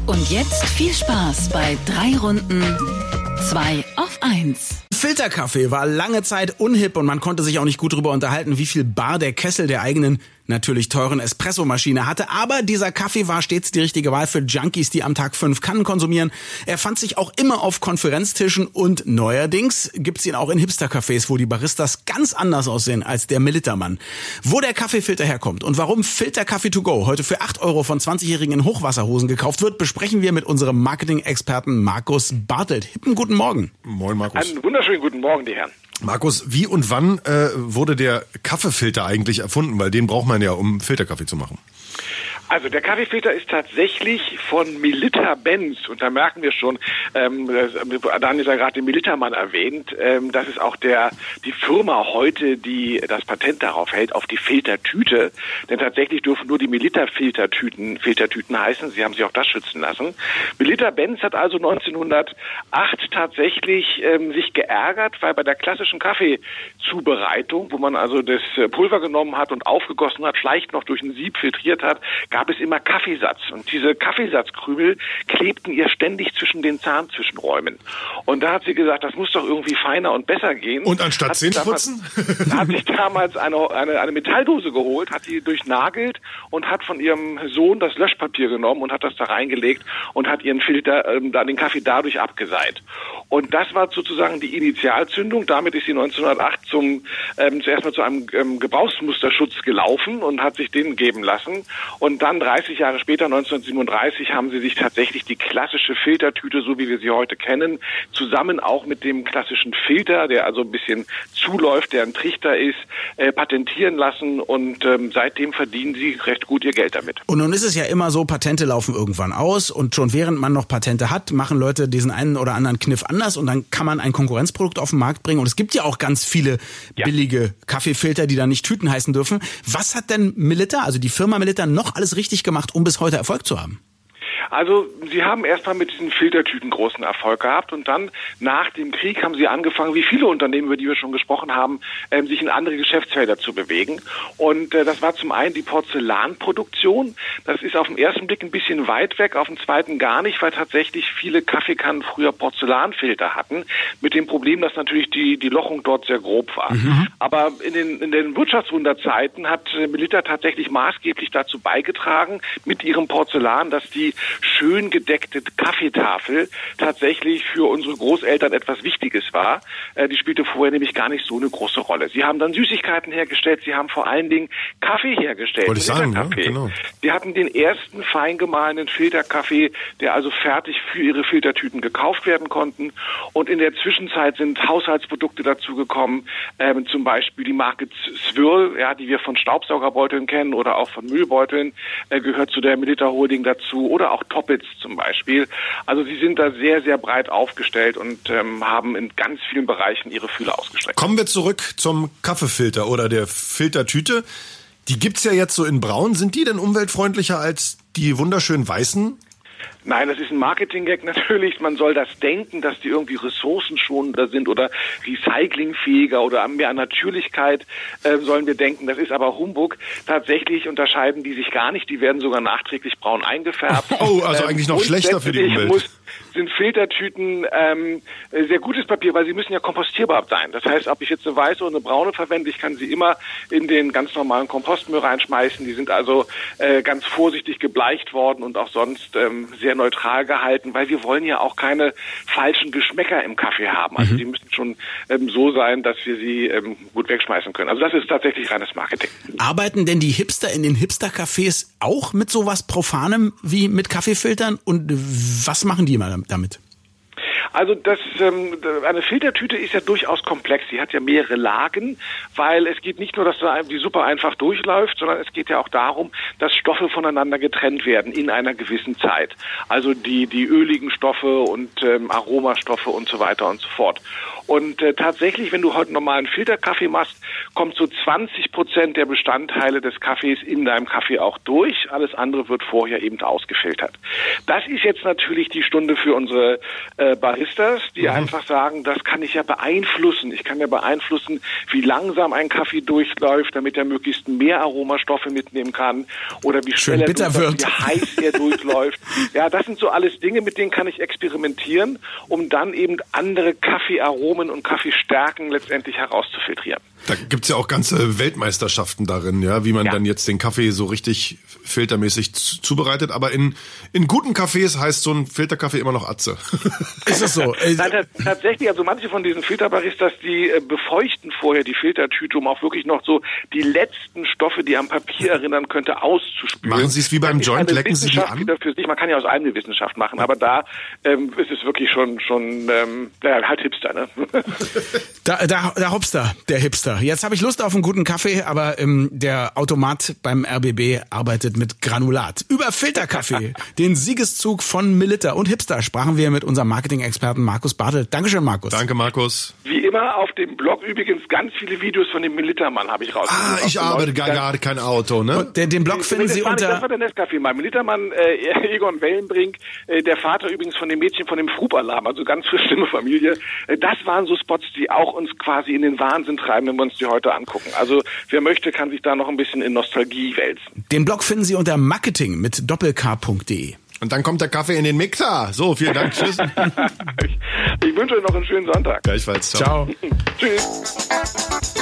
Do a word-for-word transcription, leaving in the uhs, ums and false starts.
Und jetzt viel Spaß bei drei Runden, zwei auf eins. Filterkaffee war lange Zeit unhip und man konnte sich auch nicht gut darüber unterhalten, wie viel Bar der Kessel der eigenen, natürlich teuren Espressomaschine hatte. Aber dieser Kaffee war stets die richtige Wahl für Junkies, die am Tag fünf Kannen konsumieren. Er fand sich auch immer auf Konferenztischen und neuerdings gibt's ihn auch in Hipster-Cafés, wo die Baristas ganz anders aussehen als der Militermann. Wo der Kaffeefilter herkommt und warum Filterkaffee to go heute für acht Euro von zwanzigjährigen in Hochwasserhosen gekauft wird, besprechen wir mit unserem Marketing-Experten Markus Bartelt. Hippen guten Morgen. Moin Markus. Einen wunderschönen guten Morgen, die Herren. Markus, wie und wann äh, wurde der Kaffeefilter eigentlich erfunden? Weil den braucht man ja, um Filterkaffee zu machen. Also der Kaffeefilter ist tatsächlich von Melita-Benz und da merken wir schon, ähm, Dan ist ja gerade den Militermann erwähnt, ähm, das ist auch der die Firma heute, die das Patent darauf hält, auf die Filtertüte, denn tatsächlich dürfen nur die Melita-Filtertüten Filtertüten heißen, sie haben sich auch das schützen lassen. Melita-Benz hat also neunzehnhundertacht tatsächlich ähm, sich geärgert, weil bei der klassischen Kaffeezubereitung, wo man also das Pulver genommen hat und aufgegossen hat, vielleicht noch durch ein Sieb filtriert hat, gab es immer Kaffeesatz. Und diese Kaffeesatzkrümel klebten ihr ständig zwischen den Zahnzwischenräumen. Und da hat sie gesagt, das muss doch irgendwie feiner und besser gehen. Und anstatt Zähneputzen? Hat sich damals eine, eine, eine Metalldose geholt, hat die durchnagelt und hat von ihrem Sohn das Löschpapier genommen und hat das da reingelegt und hat ihren Filter, ähm, da den Kaffee dadurch abgeseit. Und das war sozusagen die Initialzündung. Damit ist sie neunzehnhundertacht zum, ähm, zuerst mal zu einem ähm, Gebrauchsmusterschutz gelaufen und hat sich den geben lassen. Und dann dreißig Jahre später, neunzehnhundertsiebenunddreißig, haben sie sich tatsächlich die klassische Filtertüte, so wie wir sie heute kennen, zusammen auch mit dem klassischen Filter, der also ein bisschen zuläuft, der ein Trichter ist, äh, patentieren lassen. Und ähm, seitdem verdienen sie recht gut ihr Geld damit. Und nun ist es ja immer so, Patente laufen irgendwann aus und schon während man noch Patente hat, machen Leute diesen einen oder anderen Kniff anders und dann kann man ein Konkurrenzprodukt auf den Markt bringen. Und es gibt ja auch ganz viele ja. billige Kaffeefilter, die dann nicht Tüten heißen dürfen. Was hat denn Melita, also die Firma Melita, noch alles richtig gemacht, um bis heute Erfolg zu haben? Also sie haben erstmal mit diesen Filtertüten großen Erfolg gehabt und dann nach dem Krieg haben sie angefangen, wie viele Unternehmen, über die wir schon gesprochen haben, ähm, sich in andere Geschäftsfelder zu bewegen. Und äh, das war zum einen die Porzellanproduktion. Das ist auf den ersten Blick ein bisschen weit weg, auf den zweiten gar nicht, weil tatsächlich viele Kaffeekannen früher Porzellanfilter hatten, mit dem Problem, dass natürlich die die Lochung dort sehr grob war. Mhm. Aber in den in den Wirtschaftswunderzeiten hat äh, Melita tatsächlich maßgeblich dazu beigetragen, mit ihrem Porzellan, dass die schön gedeckte Kaffeetafel tatsächlich für unsere Großeltern etwas Wichtiges war. Äh, die spielte vorher nämlich gar nicht so eine große Rolle. Sie haben dann Süßigkeiten hergestellt, sie haben vor allen Dingen Kaffee hergestellt. Wollte ich sagen, ja, genau. Sie hatten den ersten fein gemahlenen Filterkaffee, der also fertig für ihre Filtertüten gekauft werden konnten. Und in der Zwischenzeit sind Haushaltsprodukte dazugekommen, ähm, zum Beispiel die Marke Swirl, ja, die wir von Staubsaugerbeuteln kennen oder auch von Müllbeuteln, äh, gehört zu der Melita Holding dazu, oder auch Toppets zum Beispiel. Also sie sind da sehr, sehr breit aufgestellt und ähm, haben in ganz vielen Bereichen ihre Fühler ausgestreckt. Kommen wir zurück zum Kaffeefilter oder der Filtertüte. Die gibt's ja jetzt so in braun. Sind die denn umweltfreundlicher als die wunderschönen weißen? Nein, das ist ein Marketing-Gag natürlich. Man soll das denken, dass die irgendwie ressourcenschonender sind oder recyclingfähiger oder mehr an Natürlichkeit äh, sollen wir denken. Das ist aber Humbug. Tatsächlich unterscheiden die sich gar nicht. Die werden sogar nachträglich braun eingefärbt. Oh, also eigentlich noch ähm, schlechter für die Umwelt. Muss, sind Filtertüten ähm, sehr gutes Papier, weil sie müssen ja kompostierbar sein. Das heißt, ob ich jetzt eine weiße oder eine braune verwende, ich kann sie immer in den ganz normalen Kompostmüll reinschmeißen. Die sind also äh, ganz vorsichtig gebleicht worden und auch sonst ähm, sehr neutral gehalten, weil wir wollen ja auch keine falschen Geschmäcker im Kaffee haben. Also mhm. die müssen schon ähm, so sein, dass wir sie ähm, gut wegschmeißen können. Also das ist tatsächlich reines Marketing. Arbeiten denn die Hipster in den Hipster-Cafés auch mit sowas Profanem wie mit Kaffeefiltern? Und was machen die mal damit? Also das ähm, eine Filtertüte ist ja durchaus komplex. Sie hat ja mehrere Lagen, weil es geht nicht nur, dass die Suppe einfach durchläuft, sondern es geht ja auch darum, dass Stoffe voneinander getrennt werden in einer gewissen Zeit. Also die die öligen Stoffe und ähm, Aromastoffe und so weiter und so fort. Und äh, tatsächlich, wenn du heute normalen Filterkaffee machst, kommt so zwanzig Prozent der Bestandteile des Kaffees in deinem Kaffee auch durch. Alles andere wird vorher eben ausgefiltert. Das ist jetzt natürlich die Stunde für unsere äh, Barista Baristas, die mhm. einfach sagen, das kann ich ja beeinflussen. Ich kann ja beeinflussen, wie langsam ein Kaffee durchläuft, damit er möglichst mehr Aromastoffe mitnehmen kann oder wie schnell er durchläuft, wie heiß er durchläuft. Ja, das sind so alles Dinge, mit denen kann ich experimentieren, um dann eben andere Kaffeearomen und Kaffeestärken letztendlich herauszufiltrieren. Da gibt's ja auch ganze Weltmeisterschaften darin, ja, wie man ja. dann jetzt den Kaffee so richtig filtermäßig zubereitet. Aber in, in guten Cafés heißt so ein Filterkaffee immer noch Atze. Ist das so? Nein, tatsächlich, also manche von diesen Filterbaristas, die äh, befeuchten vorher die Filtertüte, um auch wirklich noch so die letzten Stoffe, die am Papier erinnern könnte, auszuspülen. Machen Sie es wie beim Joint, lecken Sie die an? Für sich. Man kann ja aus allem eine Wissenschaft machen, aber da ähm, ist es wirklich schon, schon ähm, ja, halt Hipster, ne? Da, da, der Hopster, der Hipster. Jetzt habe ich Lust auf einen guten Kaffee, aber ähm, der Automat beim R B B arbeitet mit Granulat. Über Filterkaffee, den Siegeszug von Melitta und Hipster sprachen wir mit unserem Marketing-Experten Markus Bartelt. Dankeschön, Markus. Danke, Markus. Wie immer auf dem Blog übrigens ganz viele Videos von dem Melitta-Mann habe ich rausgesucht. Ah, ich arbeite gar, gar kein Auto, ne? Und den, den Blog finden Sie unter... Das war der Nescafé-Mann. Melitta-Mann, äh, Egon Wellenbrink, äh, der Vater übrigens von dem Mädchen von dem Frup-Alarm, also ganz frisch schlimme Familie. Äh, das waren so Spots, die auch uns quasi in den Wahnsinn treiben, wenn wir uns die heute angucken. Also wer möchte, kann sich da noch ein bisschen in Nostalgie wälzen. Den Blog finden Sie unter marketing mit doppelk punkt de. Und dann kommt der Kaffee in den Mixer. So, vielen Dank. Tschüss. ich, ich wünsche euch noch einen schönen Sonntag. Gleichfalls. Ciao. Ciao. Tschüss.